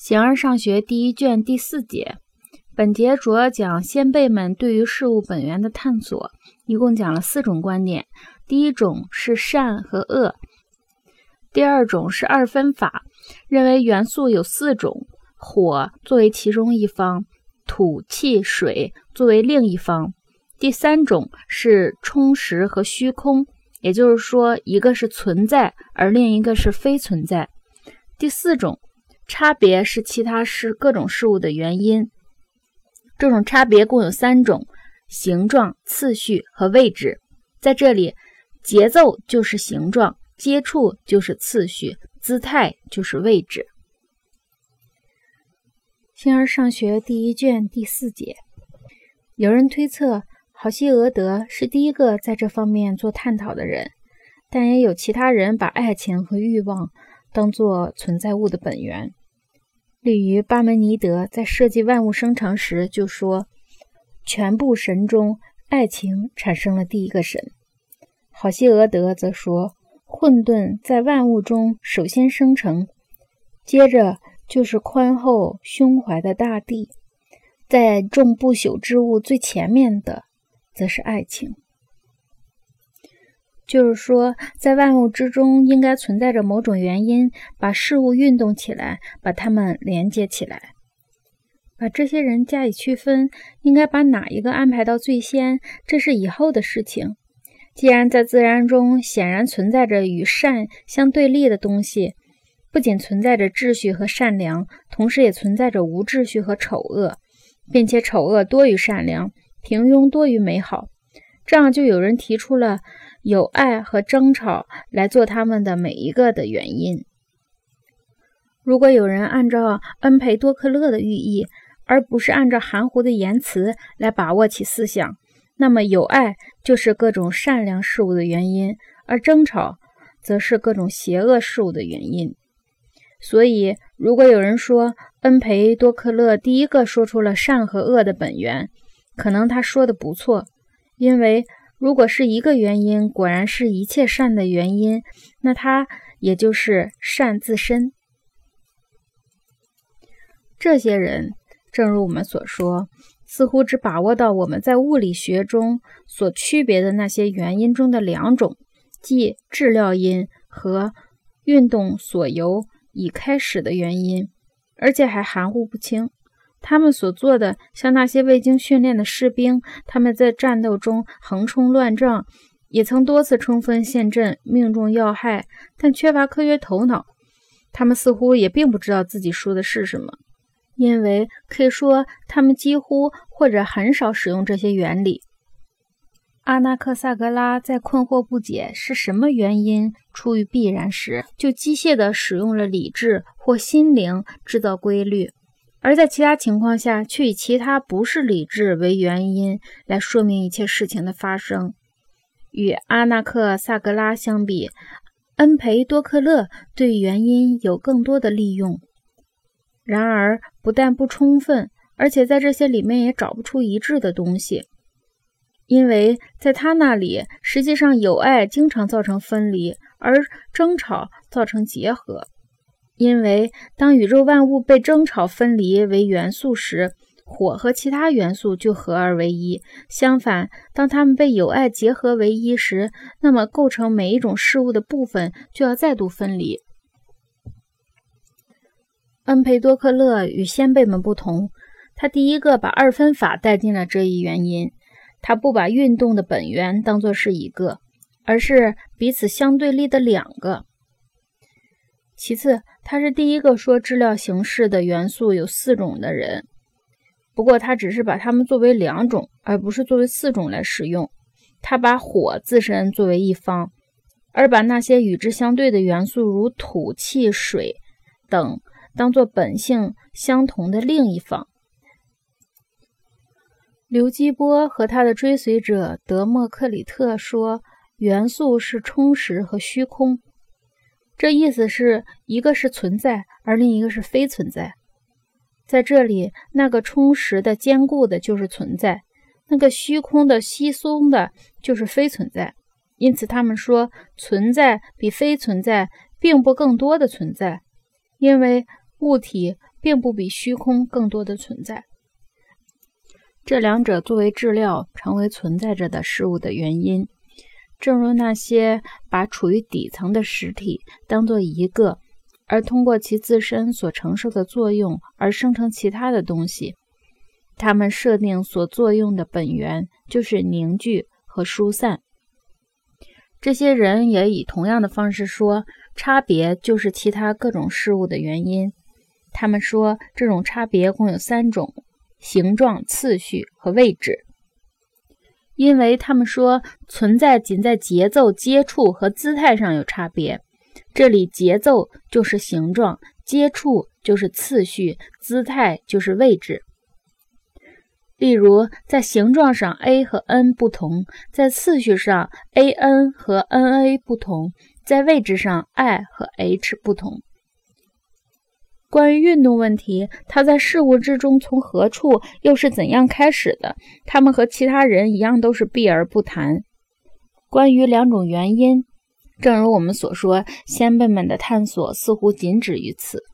形而上学第一卷第4节，本节主要讲先辈们对于事物本源的探索，一共讲了4种观点。第一种是善和恶，第二种是二分法，认为元素有4种，火作为其中一方，土、气、水作为另一方。第三种是充实和虚空，也就是说一个是存在，而另一个是非存在。第4种差别是其他各种事物的原因，这种差别共有3种：形状、次序和位置。在这里，节奏就是形状，接触就是次序，姿态就是位置。形而上学第一卷第4节，有人推测郝希俄德是第一个在这方面做探讨的人，但也有其他人把爱情和欲望当作存在物的本源。例如巴门尼德在设计万物生成时就说，全部神中爱情产生了第一个神。郝希俄德则说，混沌在万物中首先生成，接着就是宽厚胸怀的大地，在众不朽之物最前面的则是爱情。就是说，在万物之中应该存在着某种原因，把事物运动起来，把它们连接起来。把这些人加以区分，应该把哪一个安排到最先，这是以后的事情。既然在自然中显然存在着与善相对立的东西，不仅存在着秩序和善良，同时也存在着无秩序和丑恶，并且丑恶多于善良，平庸多于美好。这样就有人提出了有爱和争吵来做他们的每一个的原因。如果有人按照恩培多克勒的寓意，而不是按照含糊的言辞来把握其思想，那么有爱就是各种善良事物的原因，而争吵则是各种邪恶事物的原因。所以如果有人说恩培多克勒第一个说出了善和恶的本源，可能他说的不错，因为如果是一个原因果然是一切善的原因，那它也就是善自身。这些人正如我们所说，似乎只把握到我们在物理学中所区别的那些原因中的2种，即质料因和运动所由已开始的原因，而且还含糊不清。他们所做的像那些未经训练的士兵，他们在战斗中横冲乱撞，也曾多次冲锋陷阵，命中要害，但缺乏科学头脑。他们似乎也并不知道自己说的是什么，因为可以说他们几乎或者很少使用这些原理。阿那克萨格拉在困惑不解是什么原因出于必然时，就机械地使用了理智或心灵制造规律，而在其他情况下却以其他不是理智为原因来说明一切事情的发生。与阿那克萨格拉相比，恩培多克勒对原因有更多的利用，然而不但不充分，而且在这些里面也找不出一致的东西。因为在他那里，实际上有爱经常造成分离，而争吵造成结合。因为当宇宙万物被争吵分离为元素时，火和其他元素就合而为一。相反，当它们被有爱结合为一时，那么构成每一种事物的部分就要再度分离。恩培多克勒与先辈们不同，他第一个把二分法带进了这一原因。他不把运动的本源当作是一个，而是彼此相对立的2个。其次，他是第一个说质料形式的元素有4种的人，不过他只是把它们作为2种，而不是作为4种来使用。他把火自身作为一方，而把那些与之相对的元素如土、气、水等当作本性相同的另一方。刘基波和他的追随者德谟克里特说，元素是充实和虚空，这意思是一个是存在，而另一个是非存在。在这里，那个充实的坚固的就是存在，那个虚空的稀松的就是非存在。因此他们说，存在比非存在并不更多的存在，因为物体并不比虚空更多的存在。这两者作为质料成为存在着的事物的原因，正如那些把处于底层的实体当作一个，而通过其自身所承受的作用而生成其他的东西，它们设定所作用的本源就是凝聚和疏散。这些人也以同样的方式说，差别就是其他各种事物的原因。他们说这种差别共有3种：形状、次序和位置。因为他们说存在仅在节奏、接触和姿态上有差别，这里节奏就是形状，接触就是次序，姿态就是位置。例如，在形状上 A 和 N 不同，在次序上 AN 和 NA 不同，在位置上 I 和 H 不同。关于运动问题，它在事物之中从何处又是怎样开始的，他们和其他人一样都是避而不谈。关于2种原因，正如我们所说，先辈们的探索似乎仅止于此。